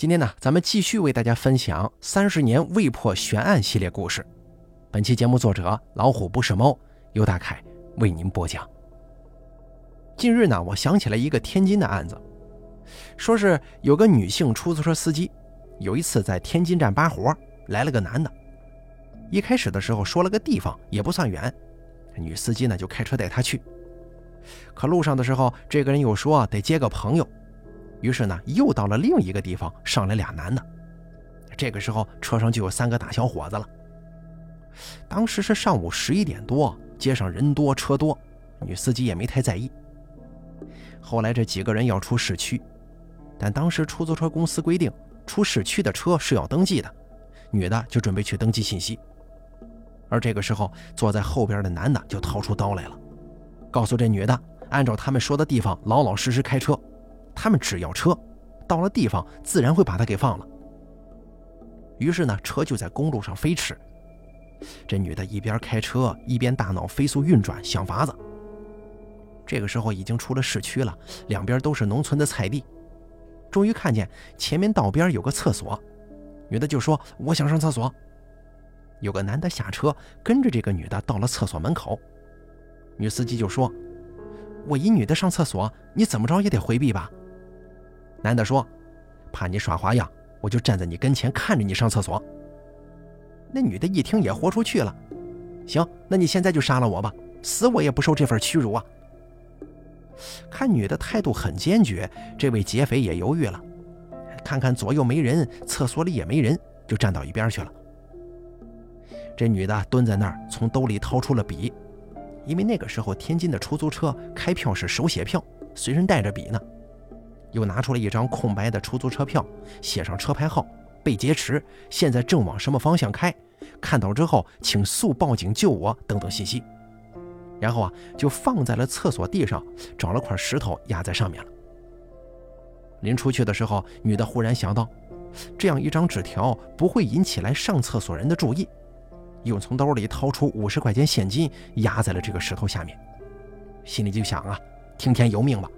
今天呢，咱们继续为大家分享30年未破悬案系列故事。本期节目作者老虎不是猫，由大凯为您播讲。近日呢，我想起来一个天津的案子，说是有个女性出租车司机，有一次在天津站扒活，来了个男的。一开始的时候说了个地方，也不算远，女司机呢就开车带他去。可路上的时候，这个人又说得接个朋友，于是呢又到了另一个地方，上来俩男的。这个时候车上就有3个大小伙子了。当时是上午11点多，街上人多车多，女司机也没太在意。后来这几个人要出市区，但当时出租车公司规定出市区的车是要登记的，女的就准备去登记信息。而这个时候坐在后边的男的就掏出刀来了，告诉这女的按照他们说的地方老老实实开车，他们只要车，到了地方自然会把他给放了。于是呢，车就在公路上飞驰。这女的一边开车一边大脑飞速运转，想法子。这个时候已经出了市区了，两边都是农村的菜地。终于看见前面道边有个厕所，女的就说我想上厕所。有个男的下车跟着这个女的到了厕所门口，女司机就说我一女的上厕所，你怎么着也得回避吧。男的说怕你耍花样，我就站在你跟前看着你上厕所。那女的一听也豁出去了，行，那你现在就杀了我吧，死我也不受这份屈辱啊。看女的态度很坚决，这位劫匪也犹豫了，看看左右没人，厕所里也没人，就站到一边去了。这女的蹲在那儿，从兜里掏出了笔，因为那个时候天津的出租车开票是手写票，随身带着笔呢。又拿出了一张空白的出租车票，写上车牌号，被劫持，现在正往什么方向开，看到之后请速报警救我等等信息。然后就放在了厕所地上，找了块石头压在上面了。临出去的时候，女的忽然想到，这样一张纸条不会引起来上厕所人的注意，又从兜里掏出50块钱现金压在了这个石头下面，心里就想听天由命吧。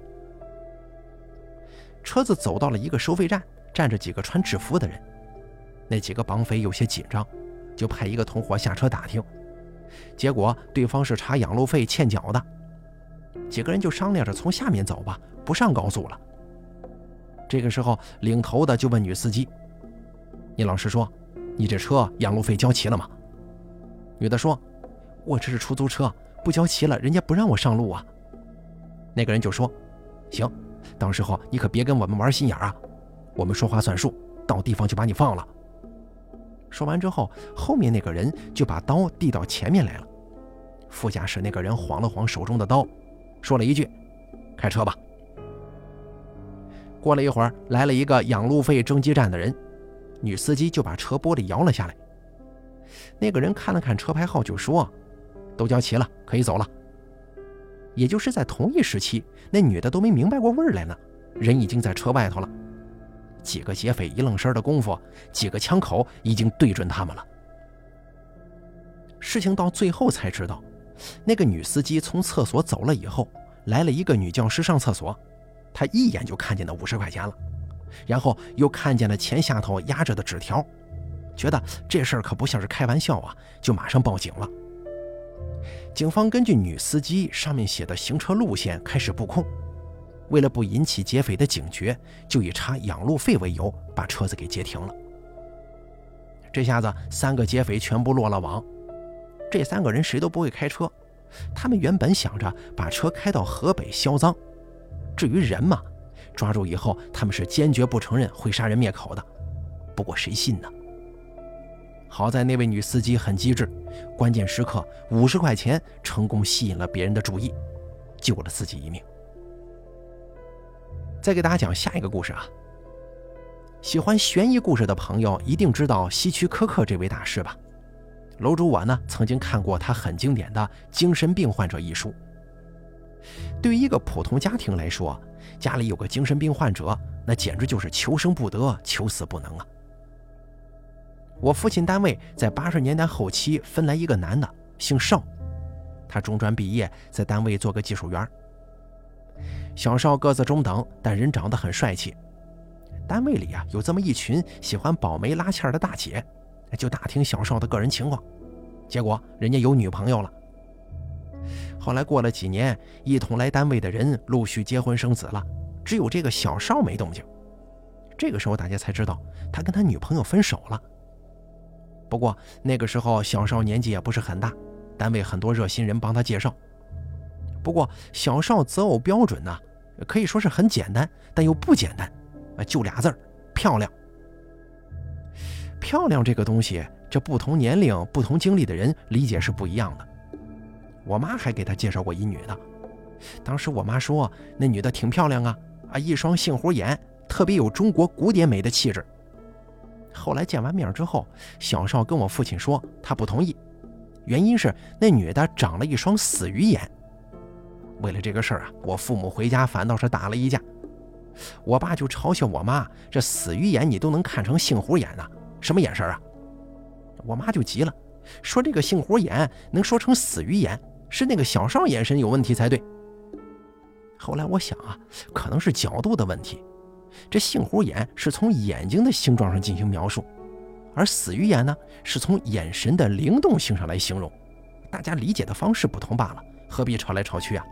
车子走到了一个收费站，站着几个穿制服的人。那几个绑匪有些紧张，就派一个同伙下车打听，结果对方是查养路费欠缴的。几个人就商量着从下面走吧，不上高速了。这个时候领头的就问女司机，你老实说，你这车养路费交齐了吗？女的说，我这是出租车，不交齐了人家不让我上路啊。那个人就说，行，到时候你可别跟我们玩心眼啊，我们说话算数，到地方就把你放了。说完之后，后面那个人就把刀递到前面来了。副驾驶那个人晃了晃手中的刀，说了一句，开车吧。过了一会儿，来了一个养路费征集站的人，女司机就把车玻璃摇了下来。那个人看了看车牌号就说，都交齐了，可以走了。也就是在同一时期，那女的都没明白过味儿来呢，人已经在车外头了。几个劫匪一愣神的功夫，几个枪口已经对准他们了。事情到最后才知道，那个女司机从厕所走了以后，来了一个女教师上厕所，她一眼就看见那50块钱了，然后又看见了钱下头压着的纸条，觉得这事儿可不像是开玩笑啊，就马上报警了。警方根据女司机上面写的行车路线开始布控，为了不引起劫匪的警觉，就以查养路费为由把车子给截停了。这下子3个劫匪全部落了网。这3个人谁都不会开车，他们原本想着把车开到河北销赃，至于人嘛，抓住以后他们是坚决不承认会杀人灭口的。不过谁信呢？好在那位女司机很机智，关键时刻50块钱成功吸引了别人的注意，救了自己一命。再给大家讲下一个故事啊。喜欢悬疑故事的朋友一定知道希区柯克这位大师吧？楼主我呢曾经看过他很经典的《精神病患者》一书。对于一个普通家庭来说，家里有个精神病患者，那简直就是求生不得，求死不能啊。我父亲单位在80年代后期分来一个男的，姓邵，他中专毕业，在单位做个技术员。小邵个子中等，但人长得很帅气。 单位里有这么一群喜欢保媒拉纤的大姐，就打听小邵的个人情况，结果人家有女朋友了。后来过了几年，一同来单位的人陆续结婚生子了，只有这个小邵没动静。这个时候大家才知道他跟他女朋友分手了。不过那个时候小邵年纪也不是很大，单位很多热心人帮他介绍。不过小邵择偶标准呢，可以说是很简单，但又不简单，就俩字儿：漂亮。漂亮这个东西，这不同年龄、不同经历的人理解是不一样的。我妈还给他介绍过一女的，当时我妈说那女的挺漂亮啊，一双杏核眼，特别有中国古典美的气质。后来见完面之后，小邵跟我父亲说他不同意，原因是那女的长了一双死鱼眼。为了这个事儿我父母回家反倒是打了一架。我爸就嘲笑我妈，这死鱼眼你都能看成杏核眼呢，什么眼神啊？我妈就急了，说这个杏核眼能说成死鱼眼，是那个小邵眼神有问题才对。后来我想可能是角度的问题，这杏核眼是从眼睛的形状上进行描述，而死鱼眼呢是从眼神的灵动性上来形容，大家理解的方式不同罢了，何必吵来吵去啊？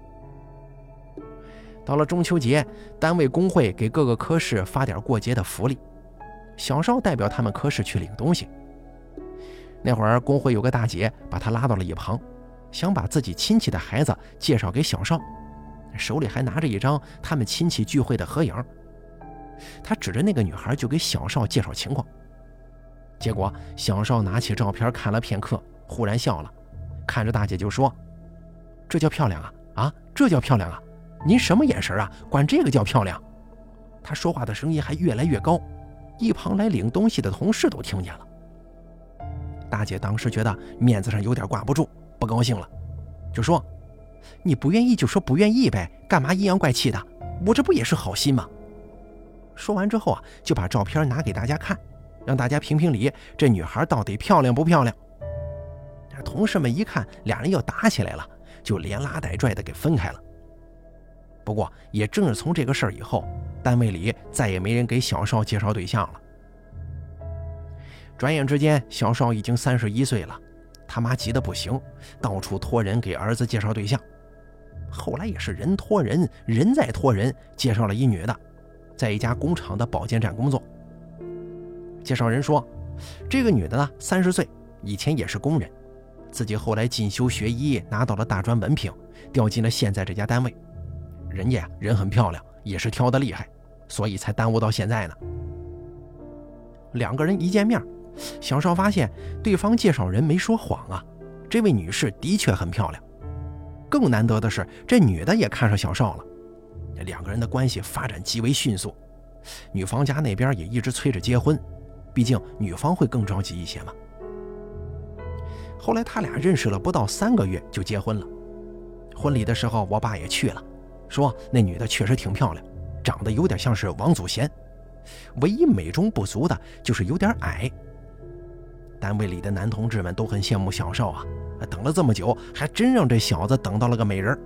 到了中秋节，单位工会给各个科室发点过节的福利，小邵代表他们科室去领东西。那会儿工会有个大姐把他拉到了一旁，想把自己亲戚的孩子介绍给小邵，手里还拿着一张他们亲戚聚会的合影。他指着那个女孩就给小邵介绍情况，结果小邵拿起照片看了片刻，忽然笑了，看着大姐就说：“这叫漂亮啊！这叫漂亮啊！您什么眼神啊？管这个叫漂亮？”他说话的声音还越来越高，一旁来领东西的同事都听见了。大姐当时觉得面子上有点挂不住，不高兴了，就说：“你不愿意就说不愿意呗，干嘛阴阳怪气的？我这不也是好心吗？”说完之后就把照片拿给大家看，让大家评评理，这女孩到底漂亮不漂亮。同事们一看俩人要打起来了，就连拉带拽的给分开了。不过也正是从这个事儿以后，单位里再也没人给小邵介绍对象了。转眼之间，小邵已经31岁了，他妈急得不行，到处托人给儿子介绍对象。后来也是人托人，人再托人，介绍了一女的，在一家工厂的保健站工作。介绍人说，这个女的呢30岁，以前也是工人，自己后来进修学医，拿到了大专文凭，调进了现在这家单位。人家人很漂亮，也是挑得厉害，所以才耽误到现在呢。两个人一见面，小邵发现对方介绍人没说谎这位女士的确很漂亮。更难得的是，这女的也看上小邵了，两个人的关系发展极为迅速。女方家那边也一直催着结婚，毕竟女方会更着急一些嘛。后来他俩认识了不到3个月就结婚了。婚礼的时候我爸也去了，说那女的确实挺漂亮，长得有点像是王祖贤，唯一美中不足的就是有点矮。单位里的男同志们都很羡慕小邵等了这么久，还真让这小子等到了个美人。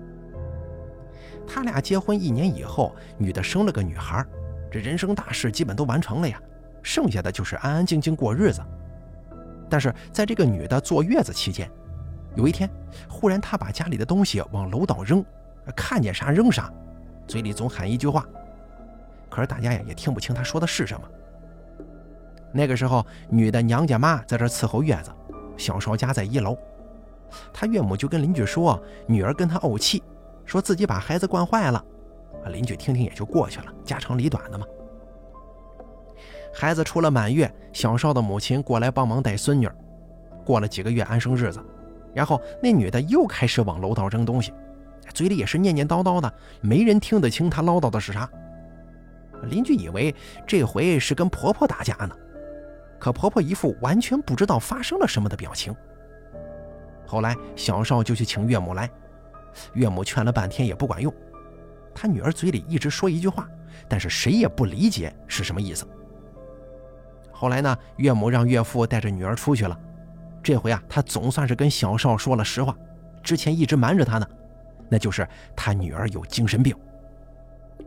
他俩结婚1年以后，女的生了个女孩，这人生大事基本都完成了呀，剩下的就是安安静静过日子。但是在这个女的坐月子期间，有一天忽然她把家里的东西往楼道扔，看见啥扔啥，嘴里总喊一句话，可是大家也听不清她说的是什么。那个时候女的娘家妈在这伺候月子，小邵家在1楼，她岳母就跟邻居说女儿跟她怄气，说自己把孩子惯坏了。邻居听听也就过去了，家长里短的嘛。孩子出了满月，小邵的母亲过来帮忙带孙女，过了几个月安生日子，然后那女的又开始往楼道扔东西，嘴里也是念念叨叨的，没人听得清她唠叨的是啥。邻居以为这回是跟婆婆打架呢，可婆婆一副完全不知道发生了什么的表情。后来小邵就去请岳母来，岳母劝了半天也不管用，他女儿嘴里一直说一句话，但是谁也不理解是什么意思。后来呢，岳母让岳父带着女儿出去了，这回他总算是跟小邵说了实话，之前一直瞒着他呢，那就是他女儿有精神病。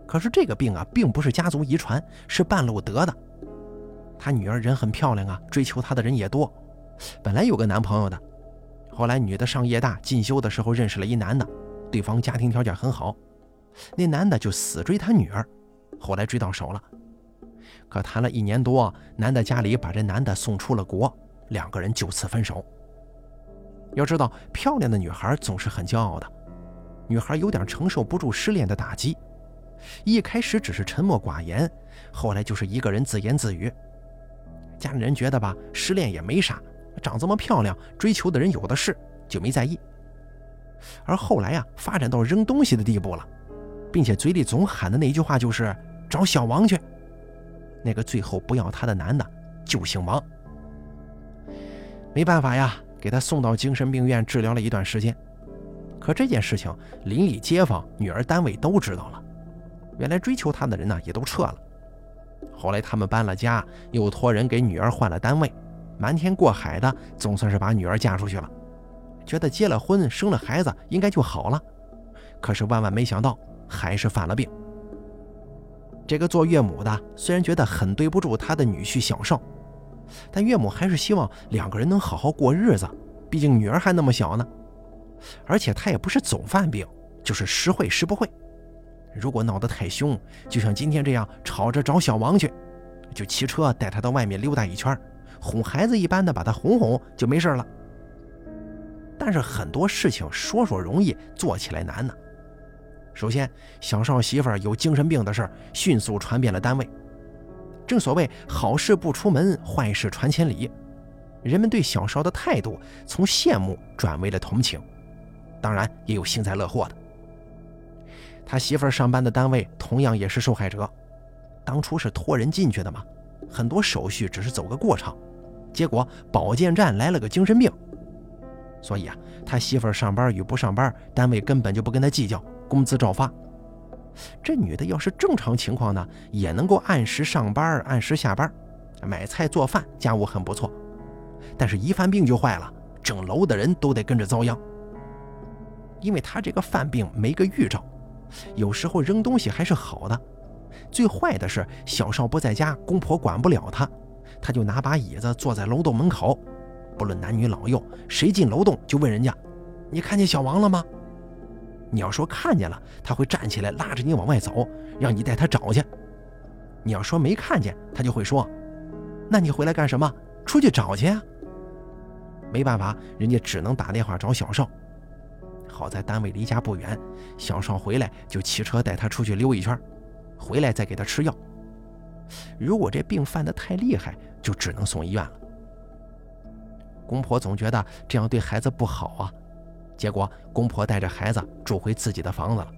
可是这个病啊，并不是家族遗传，是半路得的。他女儿人很漂亮啊，追求她的人也多，本来有个男朋友的，后来女的上夜大进修的时候认识了一男的，对方家庭条件很好，那男的就死追他女儿，后来追到手了。可谈了1年多，男的家里把这男的送出了国，2个人就此分手。要知道，漂亮的女孩总是很骄傲的，女孩有点承受不住失恋的打击，一开始只是沉默寡言，后来就是一个人自言自语。家里人觉得吧，失恋也没啥，长这么漂亮，追求的人有的是，就没在意。而后来啊，发展到扔东西的地步了，并且嘴里总喊的那一句话就是找小王去。那个最后不要他的男的就姓王。没办法呀，给他送到精神病院治疗了一段时间。可这件事情邻里街坊女儿单位都知道了，原来追求他的人呢也都撤了。后来他们搬了家，又托人给女儿换了单位，瞒天过海的总算是把女儿嫁出去了，觉得结了婚生了孩子应该就好了。可是万万没想到还是犯了病。这个做岳母的虽然觉得很对不住他的女婿小少，但岳母还是希望2个人能好好过日子，毕竟女儿还那么小呢。而且他也不是总犯病，就是时会时不会。如果闹得太凶，就像今天这样吵着找小王去，就骑车带他到外面溜达一圈，哄孩子一般的把他哄哄就没事了。但是很多事情说说容易，做起来难呢。首先，小少媳妇儿有精神病的事迅速传遍了单位。正所谓好事不出门，坏事传千里。人们对小少的态度从羡慕转为了同情，当然也有幸灾乐祸的。他媳妇儿上班的单位同样也是受害者，当初是托人进去的嘛，很多手续只是走个过场，结果保健站来了个精神病。所以啊，他媳妇儿上班与不上班，单位根本就不跟他计较，工资照发。这女的要是正常情况呢，也能够按时上班按时下班，买菜做饭家务很不错。但是一犯病就坏了，整楼的人都得跟着遭殃。因为他这个犯病没个预兆，有时候扔东西还是好的，最坏的是小少不在家，公婆管不了他，他就拿把椅子坐在楼栋门口，不论男女老幼，谁进楼栋就问人家，你看见小王了吗？你要说看见了，他会站起来拉着你往外走，让你带他找去。你要说没看见，他就会说，那你回来干什么？出去找去啊。没办法，人家只能打电话找小少。好在单位离家不远，小少回来就骑车带他出去溜一圈，回来再给他吃药。如果这病犯得太厉害，就只能送医院了。公婆总觉得这样对孩子不好啊，结果公婆带着孩子住回自己的房子了。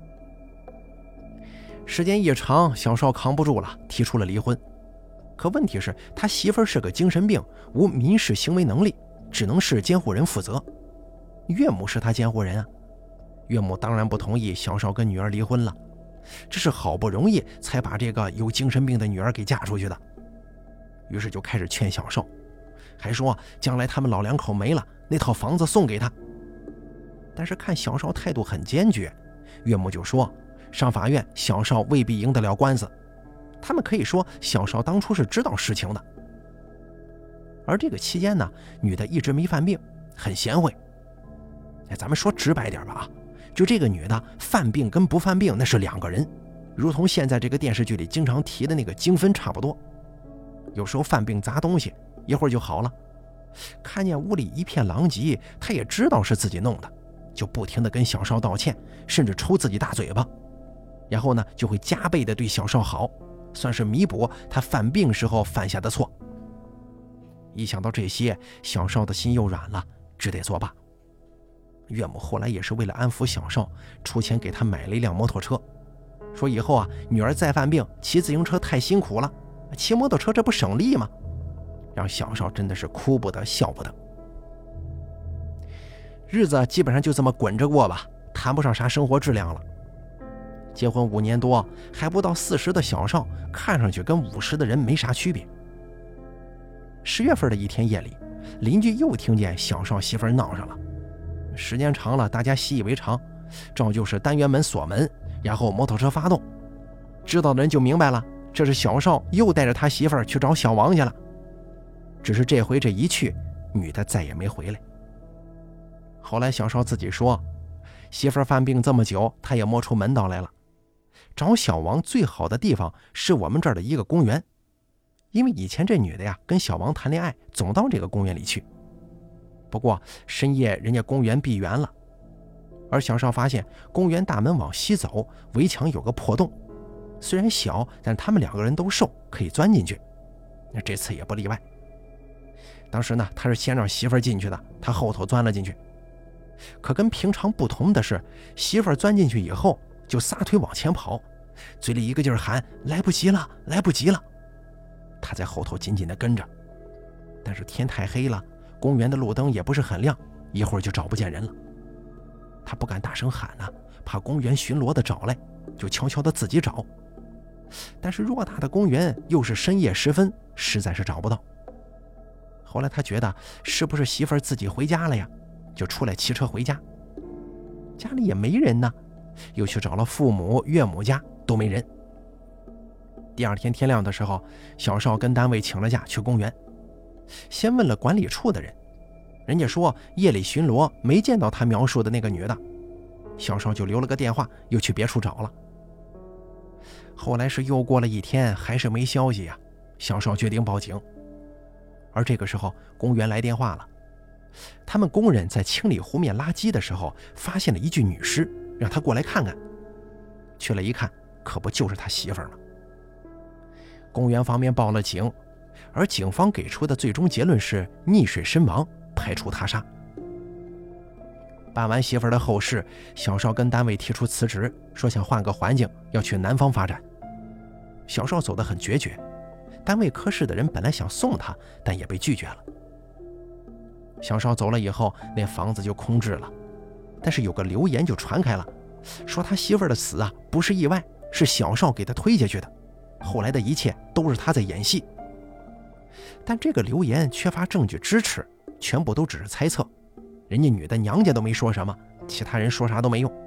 时间一长，小少扛不住了，提出了离婚。可问题是他媳妇儿是个精神病，无民事行为能力，只能是监护人负责。岳母是他监护人啊，岳母当然不同意小少跟女儿离婚了，这是好不容易才把这个有精神病的女儿给嫁出去的。于是就开始劝小少，还说将来他们老2口没了，那套房子送给他。但是看小少态度很坚决，岳母就说上法院小少未必赢得了官司，他们可以说小少当初是知道实情的。而这个期间呢，女的一直没犯病，很贤惠。咱们说直白点吧啊，就这个女的犯病跟不犯病那是2个人，如同现在这个电视剧里经常提的那个精分差不多。有时候犯病砸东西，一会儿就好了。看见屋里一片狼藉，她也知道是自己弄的，就不停地跟小少道歉，甚至抽自己大嘴巴，然后呢就会加倍地对小少好，算是弥补他犯病时候犯下的错。一想到这些，小少的心又软了，只得作罢。岳母后来也是为了安抚小少，出钱给他买了一辆摩托车，说以后啊，女儿再犯病骑自行车太辛苦了，骑摩托车这不省力吗？让小少真的是哭不得笑不得。日子基本上就这么滚着过吧，谈不上啥生活质量了。结婚5年多，还不到40的小少，看上去跟50的人没啥区别。10月份的一天夜里，邻居又听见小少媳妇闹上了。时间长了，大家习以为常，照旧是单元门锁门，然后摩托车发动， 知道的人就明白了，这是小邵又带着他媳妇儿去找小王去了。只是这回这一去，女的再也没回来。后来小邵自己说，媳妇儿犯病这么久，他也摸出门道来了。找小王最好的地方是我们这儿的一个公园，因为以前这女的呀跟小王谈恋爱，总到这个公园里去。不过深夜人家公园闭园了，而小邵发现公园大门往西走，围墙有个破洞，虽然小，但他们2个人都瘦，可以钻进去。那这次也不例外。当时呢，他是先让媳妇儿进去的，他后头钻了进去。可跟平常不同的是，媳妇儿钻进去以后就撒腿往前跑，嘴里一个劲儿喊来不及了，来不及了。他在后头紧紧地跟着，但是天太黑了，公园的路灯也不是很亮，一会儿就找不见人了。他不敢大声喊啊，怕公园巡逻的找来，就悄悄地自己找。但是偌大的公园又是深夜时分，实在是找不到。后来他觉得是不是媳妇儿自己回家了呀，就出来骑车回家。家里也没人呢，又去找了父母岳母家，都没人。第二天天亮的时候，小邵跟单位请了假去公园，先问了管理处的人，人家说夜里巡逻没见到他描述的那个女的。小邵就留了个电话，又去别处找了。后来是又过了一天，还是没消息呀。小邵决定报警。而这个时候公园来电话了，他们工人在清理湖面垃圾的时候发现了一具女尸，让他过来看看。去了一看，可不就是他媳妇儿吗？公园方面报了警，而警方给出的最终结论是溺水身亡，排除他杀。办完媳妇儿的后事，小邵跟单位提出辞职，说想换个环境，要去南方发展。小邵走得很决绝，单位科室的人本来想送他，但也被拒绝了。小邵走了以后，那房子就空置了，但是有个流言就传开了，说他媳妇儿的死啊不是意外，是小邵给他推下去的，后来的一切都是他在演戏。但这个流言缺乏证据支持，全部都只是猜测，人家女的娘家都没说什么，其他人说啥都没用。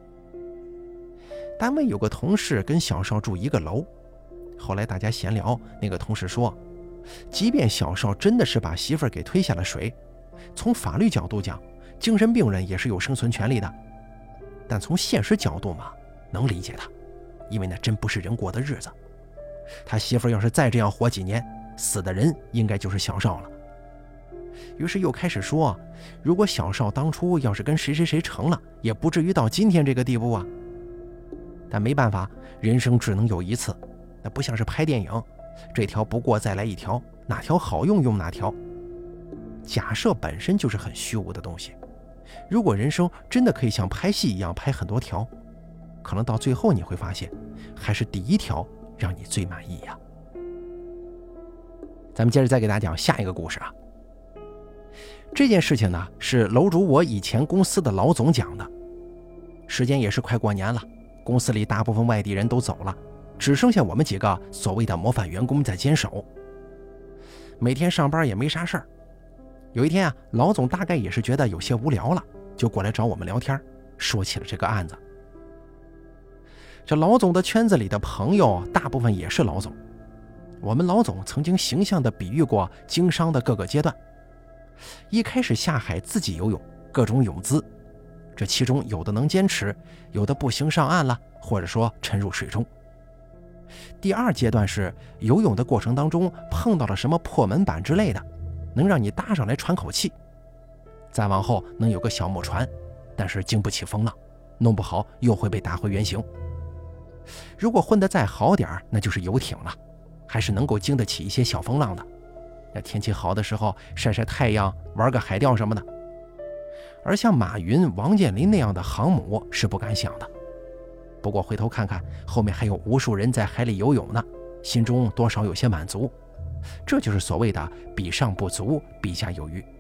单位有个同事跟小邵住一个楼，后来大家闲聊，那个同事说，即便小邵真的是把媳妇儿给推下了水，从法律角度讲，精神病人也是有生存权利的，但从现实角度嘛，能理解他，因为那真不是人过的日子。他媳妇儿要是再这样活几年，死的人应该就是小邵了。于是又开始说，如果小邵当初要是跟谁谁谁成了，也不至于到今天这个地步啊。但没办法，人生只能有一次，那不像是拍电影，这条不过再来一条，哪条好用用哪条。假设本身就是很虚无的东西，如果人生真的可以像拍戏一样拍很多条，可能到最后你会发现，还是第一条让你最满意呀。咱们接着再给大家讲下一个故事啊。这件事情呢，是楼主我以前公司的老总讲的。时间也是快过年了，公司里大部分外地人都走了，只剩下我们几个所谓的模范员工在坚守。每天上班也没啥事儿。有一天啊，老总大概也是觉得有些无聊了，就过来找我们聊天，说起了这个案子。这老总的圈子里的朋友大部分也是老总，我们老总曾经形象地比喻过经商的各个阶段。一开始下海自己游泳，各种泳姿，这其中有的能坚持，有的不行上岸了，或者说沉入水中。第二阶段是游泳的过程当中碰到了什么破门板之类的，能让你搭上来喘口气。再往后能有个小木船，但是经不起风浪，弄不好又会被打回原形。如果混得再好点，那就是游艇了，还是能够经得起一些小风浪的。那天气好的时候晒晒太阳，玩个海钓什么的。而像马云、王健林那样的航母是不敢想的。不过回头看看，后面还有无数人在海里游泳呢，心中多少有些满足。这就是所谓的比上不足，比下有余。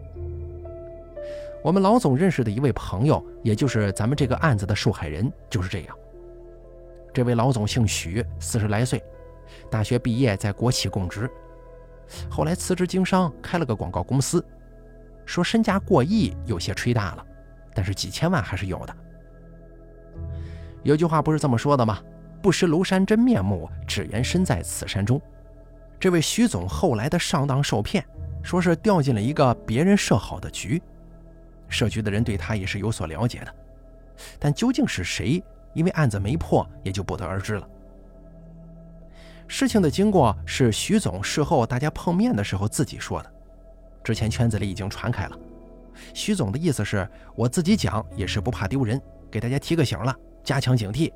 我们老总认识的一位朋友，也就是咱们这个案子的受害人，就是这样。这位老总姓许，40来岁，大学毕业在国企供职，后来辞职经商，开了个广告公司，说身价过亿有些吹大了，但是几千万还是有的。有句话不是这么说的吗？ 不识庐山真面目，只缘身在此山中。这位徐总后来的上当受骗，说是掉进了一个别人设好的局，设局的人对他也是有所了解的，但究竟是谁，因为案子没破，也就不得而知了。事情的经过是徐总事后大家碰面的时候自己说的，之前圈子里已经传开了。徐总的意思是，我自己讲也是不怕丢人，给大家提个醒了，加强警惕。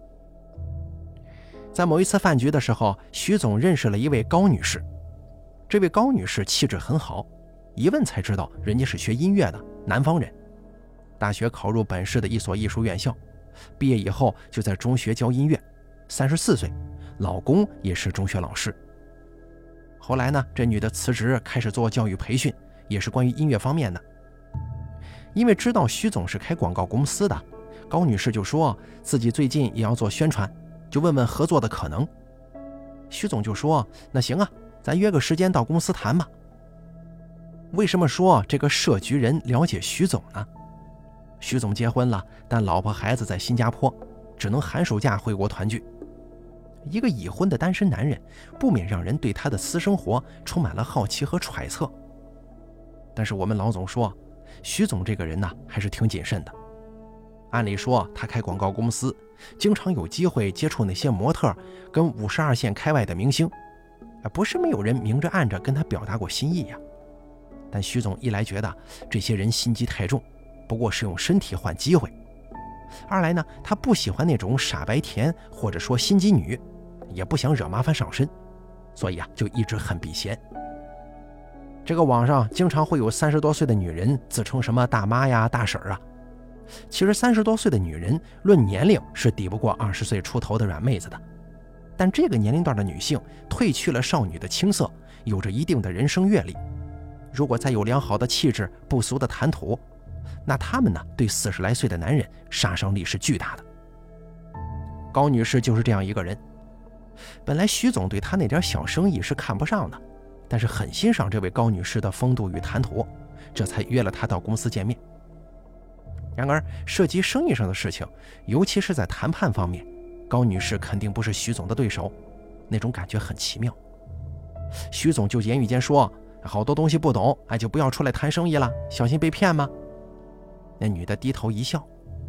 在某一次饭局的时候，徐总认识了一位高女士。这位高女士气质很好，一问才知道人家是学音乐的，南方人，大学考入本市的一所艺术院校，毕业以后就在中学教音乐，34岁，老公也是中学老师。后来呢，这女的辞职开始做教育培训，也是关于音乐方面的。因为知道徐总是开广告公司的，高女士就说自己最近也要做宣传，就问问合作的可能。徐总就说那行啊，咱约个时间到公司谈吧。为什么说这个设局人了解徐总呢？徐总结婚了，但老婆孩子在新加坡，只能寒暑假回国团聚。一个已婚的单身男人，不免让人对他的私生活充满了好奇和揣测。但是我们老总说，徐总这个人呢，还是挺谨慎的。按理说他开广告公司，经常有机会接触那些模特跟52线开外的明星，不是没有人明着暗着跟他表达过心意呀。但徐总一来觉得这些人心机太重，不过是用身体换机会；二来呢，他不喜欢那种傻白甜或者说心机女，也不想惹麻烦上身，所以就一直很避嫌。这个网上经常会有30多岁的女人自称什么大妈呀、大婶啊。其实30多岁的女人论年龄是抵不过20岁出头的软妹子的，但这个年龄段的女性褪去了少女的青涩，有着一定的人生阅历，如果再有良好的气质、不俗的谈吐，那她们呢，对40来岁的男人杀伤力是巨大的。高女士就是这样一个人。本来徐总对她那点小生意是看不上的，但是很欣赏这位高女士的风度与谈吐，这才约了她到公司见面。然而涉及生意上的事情，尤其是在谈判方面，高女士肯定不是徐总的对手，那种感觉很奇妙。徐总就言语间说，好多东西不懂，就不要出来谈生意了，小心被骗吗？那女的低头一笑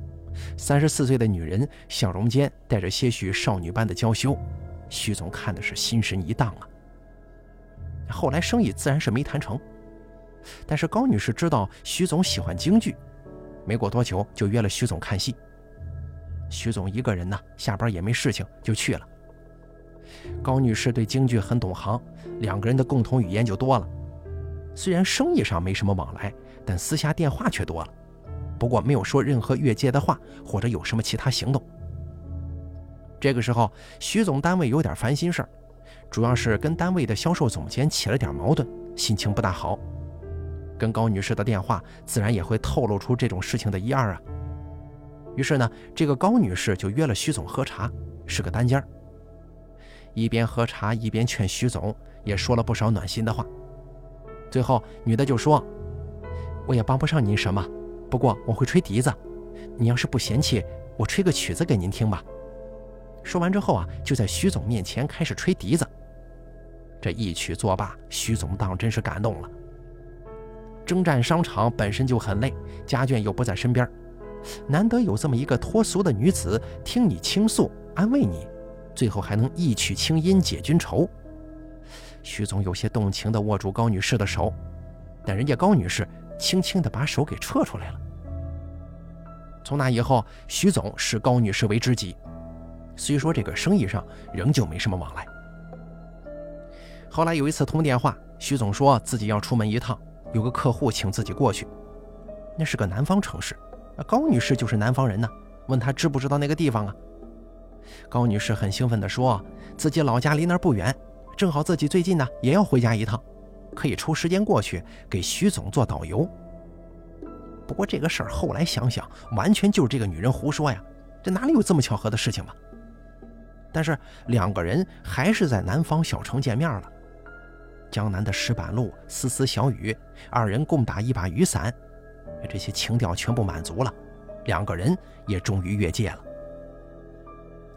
，34岁的女人笑容间带着些许少女般的娇羞，徐总看的是心神一荡啊。后来生意自然是没谈成，但是高女士知道徐总喜欢京剧，没过多久就约了徐总看戏。徐总一个人呢，下班也没事情就去了。高女士对京剧很懂行，两个人的共同语言就多了。虽然生意上没什么往来，但私下电话却多了，不过没有说任何越界的话，或者有什么其他行动。这个时候徐总单位有点烦心事儿，主要是跟单位的销售总监起了点矛盾，心情不大好。跟高女士的电话自然也会透露出这种事情的一二啊。于是呢，这个高女士就约了徐总喝茶，是个单间，一边喝茶一边劝徐总，也说了不少暖心的话。最后女的就说，我也帮不上您什么，不过我会吹笛子，你要是不嫌弃，我吹个曲子给您听吧。说完之后就在徐总面前开始吹笛子。这一曲作罢，徐总当真是感动了。征战商场本身就很累，家眷又不在身边，难得有这么一个脱俗的女子听你倾诉，安慰你，最后还能一曲清音解君愁。徐总有些动情地握住高女士的手，但人家高女士轻轻地把手给撤出来了。从那以后，徐总视高女士为知己，虽说这个生意上仍旧没什么往来。后来有一次通电话，徐总说自己要出门一趟，有个客户请自己过去，那是个南方城市，高女士就是南方人呢，问她知不知道那个地方啊。高女士很兴奋地说，自己老家离那儿不远，正好自己最近呢也要回家一趟，可以抽时间过去给徐总做导游。不过这个事儿后来想想，完全就是这个女人胡说呀，这哪里有这么巧合的事情嘛？但是两个人还是在南方小城见面了。江南的石板路，丝丝小雨，二人共打一把雨伞，这些情调全部满足了，两个人也终于越界了。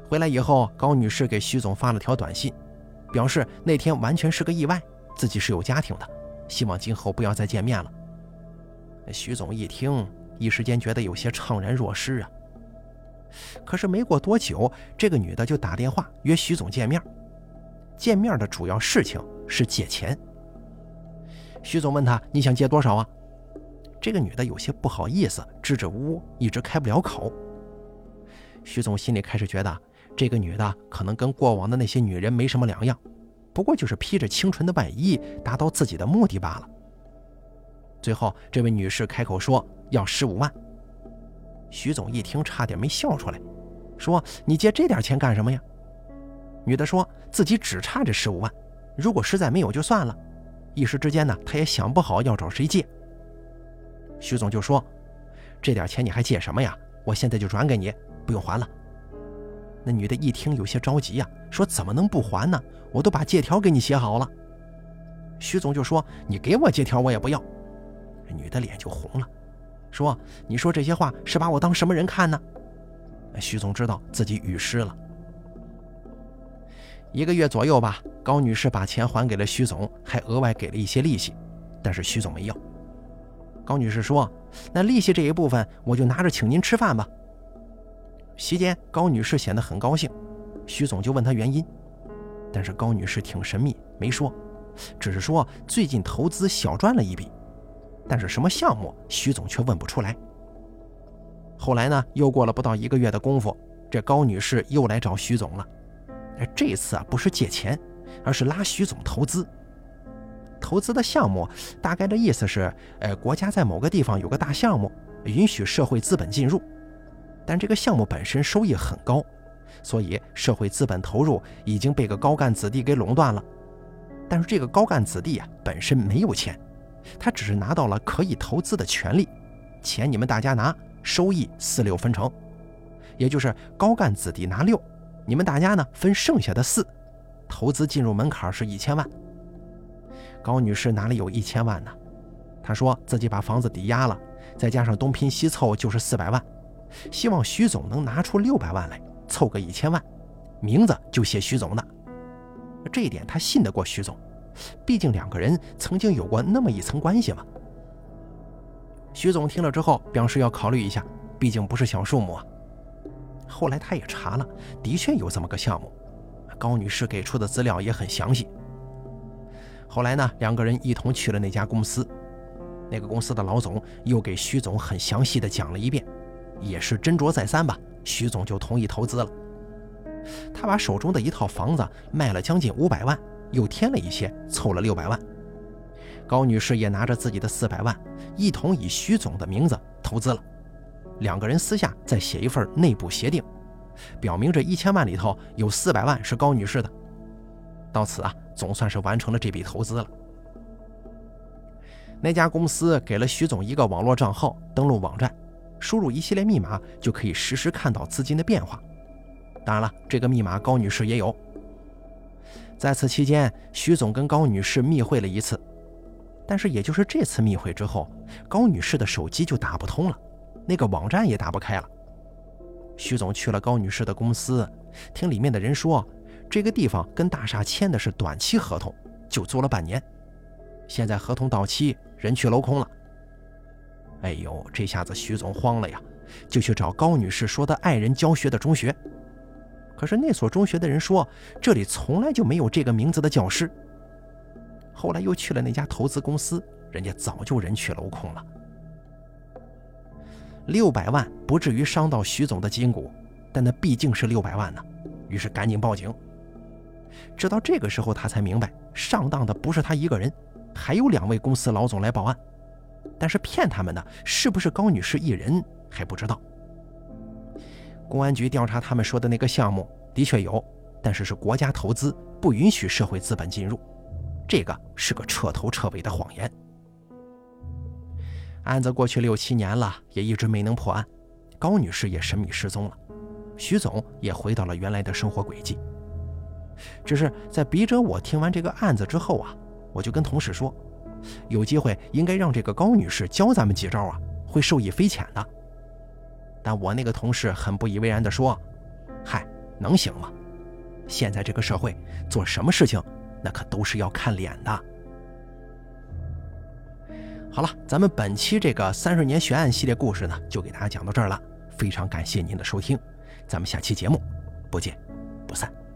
回来以后，高女士给徐总发了条短信，表示那天完全是个意外，自己是有家庭的，希望今后不要再见面了。徐总一听，一时间觉得有些怅然若失啊。可是没过多久，这个女的就打电话约徐总见面。见面的主要事情是借钱。徐总问她：“你想借多少啊？”这个女的有些不好意思，支支吾吾，一直开不了口。徐总心里开始觉得，这个女的可能跟过往的那些女人没什么两样，不过就是披着清纯的外衣，达到自己的目的罢了。最后，这位女士开口说要15万。徐总一听，差点没笑出来，说：“你借这点钱干什么呀？”女的说自己只差这15万，如果实在没有就算了。一时之间呢，她也想不好要找谁借。徐总就说：“这点钱你还借什么呀？我现在就转给你，不用还了。”那女的一听有些着急呀，说：“怎么能不还呢？我都把借条给你写好了。”徐总就说：“你给我借条我也不要。”女的脸就红了，说：“你说这些话是把我当什么人看呢？”徐总知道自己语失了。1个月左右吧，高女士把钱还给了徐总，还额外给了一些利息，但是徐总没要。高女士说：“那利息这一部分我就拿着请您吃饭吧。”席间，高女士显得很高兴，徐总就问她原因，但是高女士挺神秘，没说，只是说最近投资小赚了一笔，但是什么项目徐总却问不出来。后来呢，又过了不到1个月的功夫，这高女士又来找徐总了。这次啊，不是借钱，而是拉徐总投资。投资的项目大概的意思是，国家在某个地方有个大项目，允许社会资本进入，但这个项目本身收益很高，所以社会资本投入已经被个高干子弟给垄断了。但是这个高干子弟啊，本身没有钱，他只是拿到了可以投资的权利，钱你们大家拿，收益4-6分成，也就是高干子弟拿6，你们大家呢分剩下的4，投资进入门槛是1000万。高女士哪里有1000万呢？她说自己把房子抵押了，再加上东拼西凑就是400万，希望徐总能拿出600万来，凑个1000万，名字就写徐总的。这一点她信得过徐总，毕竟2个人曾经有过那么一层关系嘛。徐总听了之后表示要考虑一下，毕竟不是小数目啊。后来他也查了，的确有这么个项目，高女士给出的资料也很详细。后来呢，2个人一同去了那家公司，那个公司的老总又给徐总很详细的讲了一遍，也是斟酌再三吧，徐总就同意投资了。他把手中的一套房子卖了将近500万，又添了一些，凑了600万。高女士也拿着自己的400万，一同以徐总的名字投资了。2个人私下再写一份内部协定，表明这1000万里头有400万是高女士的。到此啊，总算是完成了这笔投资了。那家公司给了徐总一个网络账号，登录网站，输入一系列密码，就可以实时看到资金的变化。当然了，这个密码高女士也有。在此期间，徐总跟高女士密会了一次，但是也就是这次密会之后，高女士的手机就打不通了，那个网站也打不开了。徐总去了高女士的公司，听里面的人说，这个地方跟大厦签的是短期合同，就租了半年，现在合同到期，人去楼空了。哎呦，这下子徐总慌了呀，就去找高女士说的爱人教学的中学。可是那所中学的人说，这里从来就没有这个名字的教师。后来又去了那家投资公司，人家早就人去楼空了。600万不至于伤到徐总的筋骨，但那毕竟是600万呢，于是赶紧报警。直到这个时候他才明白，上当的不是他一个人，还有2位公司老总来报案，但是骗他们的是不是高女士一人还不知道。公安局调查他们说的那个项目的确有，但是是国家投资，不允许社会资本进入，这个是个彻头彻尾的谎言。案子过去6、7年了，也一直没能破案，高女士也神秘失踪了，徐总也回到了原来的生活轨迹。只是在笔者我听完这个案子之后啊，我就跟同事说，有机会应该让这个高女士教咱们几招啊，会受益匪浅的。但我那个同事很不以为然地说，嗨， 能行吗？现在这个社会做什么事情那可都是要看脸的。好了，咱们本期这个30年悬案系列故事呢，就给大家讲到这儿了。非常感谢您的收听，咱们下期节目不见不散。